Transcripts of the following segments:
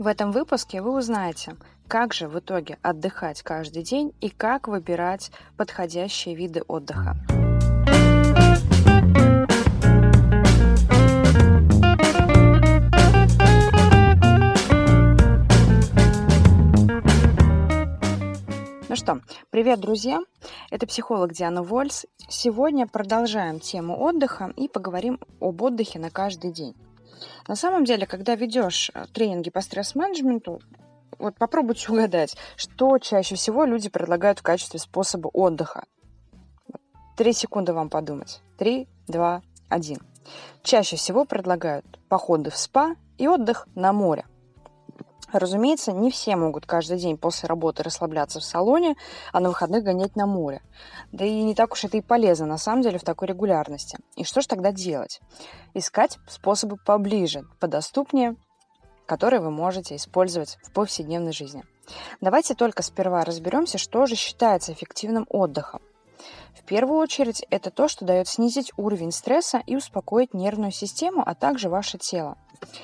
В этом выпуске вы узнаете, как же в итоге отдыхать каждый день и как выбирать подходящие виды отдыха. Ну что, привет, друзья! Это психолог Диана Вольс. Сегодня продолжаем тему отдыха и поговорим об отдыхе на каждый день. На самом деле, когда ведешь тренинги по стресс-менеджменту, вот попробуйте угадать, что чаще всего люди предлагают в качестве способа отдыха. 3 секунды вам подумать. 3, 2, 1. Чаще всего предлагают походы в спа и отдых на море. Разумеется, не все могут каждый день после работы расслабляться в салоне, а на выходных гонять на море. Да и не так уж это и полезно, на самом деле, в такой регулярности. И что же тогда делать? Искать способы поближе, подоступнее, которые вы можете использовать в повседневной жизни. Давайте только сперва разберемся, что же считается эффективным отдыхом. В первую очередь, это то, что дает снизить уровень стресса и успокоить нервную систему, а также ваше тело.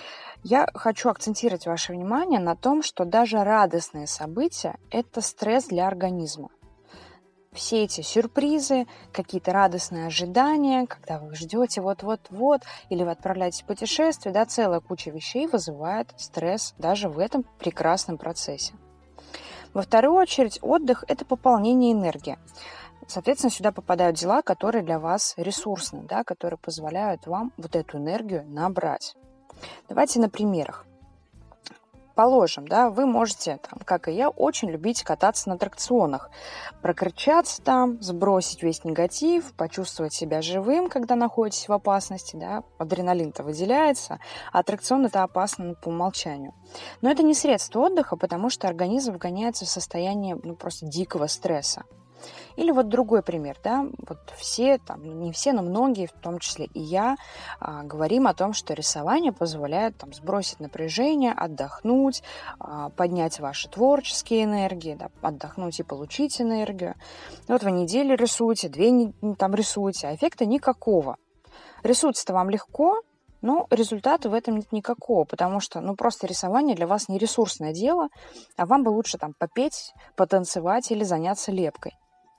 Я хочу акцентировать ваше внимание на том, что даже радостные события – это стресс для организма. Все эти сюрпризы, какие-то радостные ожидания, когда вы ждете вот-вот-вот, или вы отправляетесь в путешествие, да, целая куча вещей вызывает стресс даже в этом прекрасном процессе. Во вторую очередь, отдых – это пополнение энергии. Соответственно, сюда попадают дела, которые для вас ресурсны, да, которые позволяют вам вот эту энергию набрать. Давайте на примерах. Положим, да, вы можете, как и я, очень любить кататься на аттракционах, прокричаться там, сбросить весь негатив, почувствовать себя живым, когда находитесь в опасности, да, адреналин-то выделяется, а аттракцион это опасно по умолчанию. Но это не средство отдыха, потому что организм вгоняется в состояние просто дикого стресса. Или вот другой пример, да, вот все, не все, но многие, в том числе и я, говорим о том, что рисование позволяет сбросить напряжение, отдохнуть, поднять ваши творческие энергии, да, отдохнуть и получить энергию. Вот вы неделю рисуете, 2 рисуете, а эффекта никакого. Рисуется-то вам легко, но результата в этом нет никакого, потому что просто рисование для вас не ресурсное дело, а вам бы лучше попеть, потанцевать или заняться лепкой.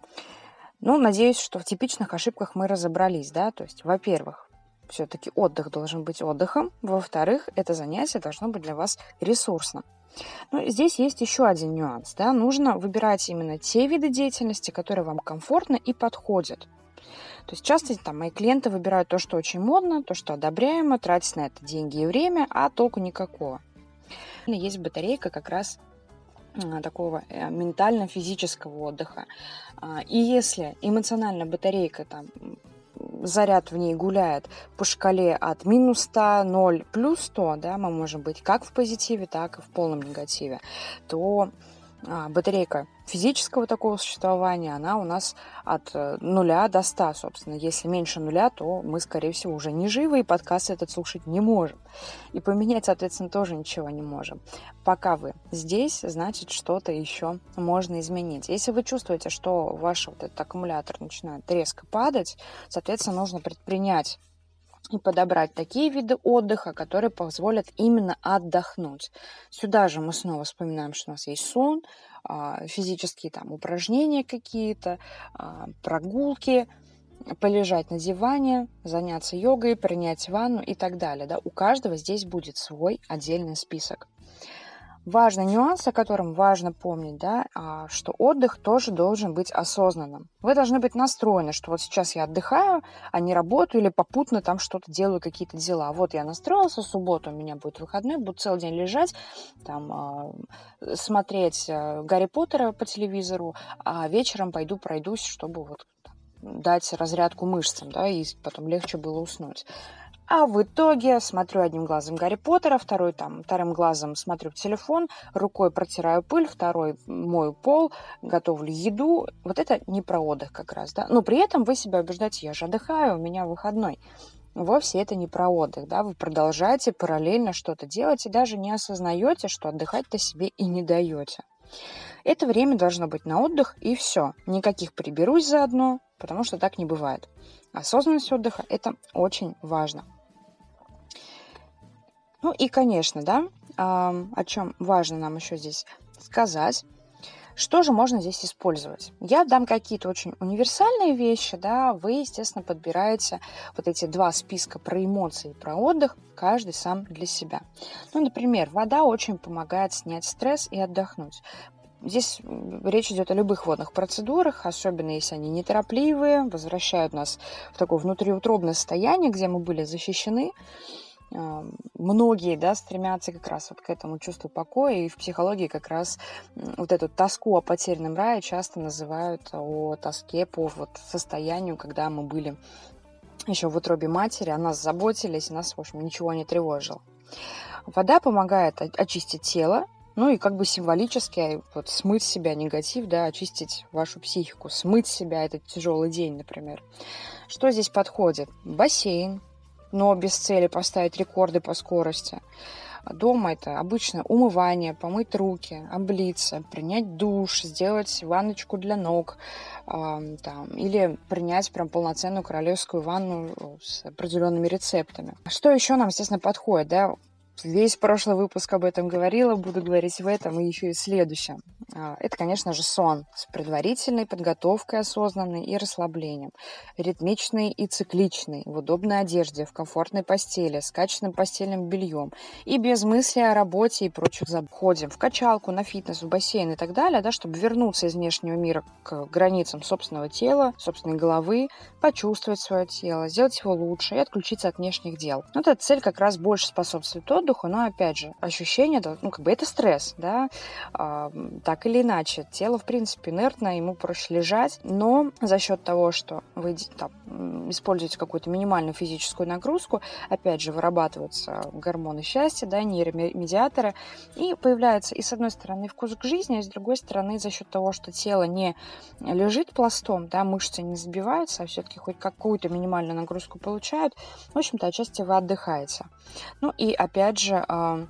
Надеюсь, что в типичных ошибках мы разобрались, да, то есть, во-первых, все-таки отдых должен быть отдыхом, во-вторых, это занятие должно быть для вас ресурсным. Здесь есть еще один нюанс, да, нужно выбирать именно те виды деятельности, которые вам комфортны и подходят. То есть часто мои клиенты выбирают то, что очень модно, то, что одобряемо, тратить на это деньги и время, а толку никакого. Есть батарейка как раз такого ментально-физического отдыха. И если эмоциональная батарейка, заряд в ней гуляет по шкале от минус 100, 0, плюс 100, да, мы можем быть как в позитиве, так и в полном негативе, то батарейка физического такого существования, она у нас от 0 до 100, собственно. Если меньше 0, то мы, скорее всего, уже не живы, и подкаст этот слушать не можем. И поменять, соответственно, тоже ничего не можем. Пока вы здесь, значит, что-то еще можно изменить. Если вы чувствуете, что ваш этот аккумулятор начинает резко падать, соответственно, нужно предпринять и подобрать такие виды отдыха, которые позволят именно отдохнуть. Сюда же мы снова вспоминаем, что у нас есть сон, физические упражнения какие-то, прогулки, полежать на диване, заняться йогой, принять ванну и так далее. Да? У каждого здесь будет свой отдельный список. Важный нюанс, о котором важно помнить, да, что отдых тоже должен быть осознанным. Вы должны быть настроены, что вот сейчас я отдыхаю, а не работаю или попутно что-то делаю, какие-то дела. Вот я настроился, в субботу у меня будет выходной, буду целый день лежать, смотреть Гарри Поттера по телевизору, а вечером пойду пройдусь, чтобы дать разрядку мышцам, да, и потом легче было уснуть. А в итоге смотрю одним глазом Гарри Поттера, вторым глазом смотрю в телефон, рукой протираю пыль, второй мою пол, готовлю еду. Вот это не про отдых как раз, да. Но при этом вы себя убеждаете, я же отдыхаю, у меня выходной. Вовсе это не про отдых, да. Вы продолжаете параллельно что-то делать и даже не осознаете, что отдыхать-то себе и не даете. Это время должно быть на отдых и все. Никаких приберусь заодно, потому что так не бывает. Осознанность отдыха – это очень важно. И, конечно, да, о чем важно нам еще здесь сказать. Что же можно здесь использовать? Я дам какие-то очень универсальные вещи, да, вы, естественно, подбираете вот эти два списка про эмоции и про отдых, каждый сам для себя. Ну, например, вода очень помогает снять стресс и отдохнуть. Здесь речь идет о любых водных процедурах, особенно если они неторопливые, возвращают нас в такое внутриутробное состояние, где мы были защищены. Многие, да, стремятся как раз вот к этому чувству покоя, и в психологии как раз вот эту тоску о потерянном рае часто называют о тоске по вот состоянию, когда мы были еще в утробе матери, о нас заботились, нас, в общем, ничего не тревожило. Вода помогает очистить тело, ну и как бы символически вот смыть с себя негатив, да, очистить вашу психику, смыть с себя этот тяжелый день, например. Что здесь подходит? Бассейн, но без цели поставить рекорды по скорости. Дома это обычно умывание, помыть руки, облиться, принять душ, сделать ванночку для ног, или принять прям полноценную королевскую ванну с определенными рецептами. Что еще нам, естественно, подходит, да? Весь прошлый выпуск об этом говорила, буду говорить в этом и еще и в следующем. Это, конечно же, сон с предварительной подготовкой осознанной и расслаблением. Ритмичный и цикличный, в удобной одежде, в комфортной постели, с качественным постельным бельем. И без мысли о работе и прочих забот. Ходим в качалку, на фитнес, в бассейн и так далее, да, чтобы вернуться из внешнего мира к границам собственного тела, собственной головы, почувствовать свое тело, сделать его лучше и отключиться от внешних дел. Вот эта цель как раз больше способствует отдыху, но опять же, ощущение, это стресс, да, так или иначе. Тело, в принципе, инертно, ему проще лежать, но за счет того, что вы используете какую-то минимальную физическую нагрузку, опять же, вырабатываются гормоны счастья, да, нейромедиаторы, и появляется и с одной стороны вкус к жизни, и с другой стороны за счет того, что тело не лежит пластом, да, мышцы не сбиваются, а все-таки хоть какую-то минимальную нагрузку получают, в общем-то, отчасти вы отдыхаете. Ну и опять же,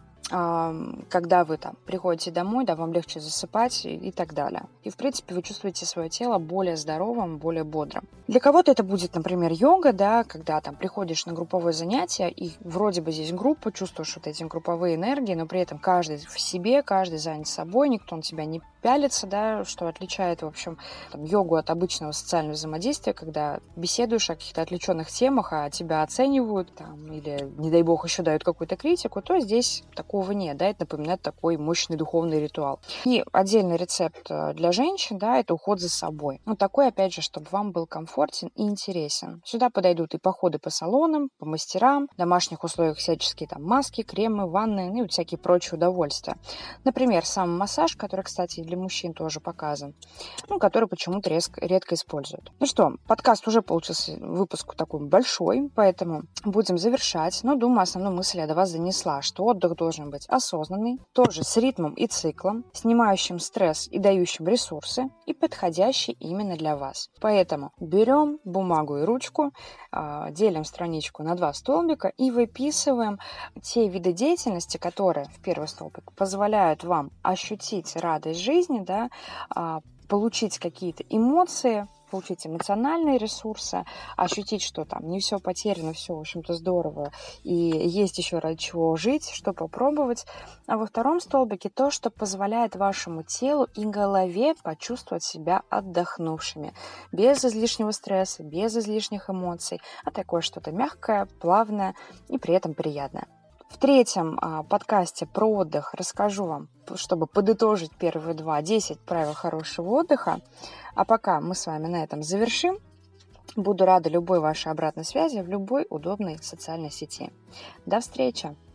когда вы там приходите домой, да, вам легче засыпать и так далее. И, в принципе, вы чувствуете свое тело более здоровым, более бодрым. Для кого-то это будет, например, йога, да, когда там приходишь на групповое занятие, и вроде бы здесь группа, чувствуешь вот эти групповые энергии, но при этом каждый в себе, каждый занят собой, никто на тебя не пялится, да, что отличает, в общем, йогу от обычного социального взаимодействия, когда беседуешь о каких-то отвлеченных темах, а тебя оценивают, или, не дай бог, еще дают какую-то критику, то здесь такого нет, да, это напоминает такой мощный духовный ритуал. И отдельный рецепт для женщин, да, это уход за собой. Такой, опять же, чтобы вам был комфортен и интересен. Сюда подойдут и походы по салонам, по мастерам, в домашних условиях всяческие маски, кремы, ванны, и всякие прочие удовольствия. Например, самомассаж, который, кстати, для мужчин тоже показан, который почему-то редко используют. Ну что, подкаст уже получился, выпуск такой большой, поэтому будем завершать, но, думаю, основную мысль я до вас донесла, что отдых должен быть осознанный, тоже с ритмом и циклом, снимающим стресс и дающим ресурсы, и подходящий именно для вас. Поэтому берем бумагу и ручку, делим страничку на 2 столбика и выписываем те виды деятельности, которые в первый столбик позволяют вам ощутить радость жизни, да, получить какие-то эмоции, получить эмоциональные ресурсы, ощутить, что не все потеряно, все, в общем-то, здорово, и есть еще ради чего жить, что попробовать. А во втором столбике то, что позволяет вашему телу и голове почувствовать себя отдохнувшими, без излишнего стресса, без излишних эмоций, а такое что-то мягкое, плавное и при этом приятное. В третьем подкасте про отдых расскажу вам, чтобы подытожить первые 10 правил хорошего отдыха. А пока мы с вами на этом завершим. Буду рада любой вашей обратной связи в любой удобной социальной сети. До встречи!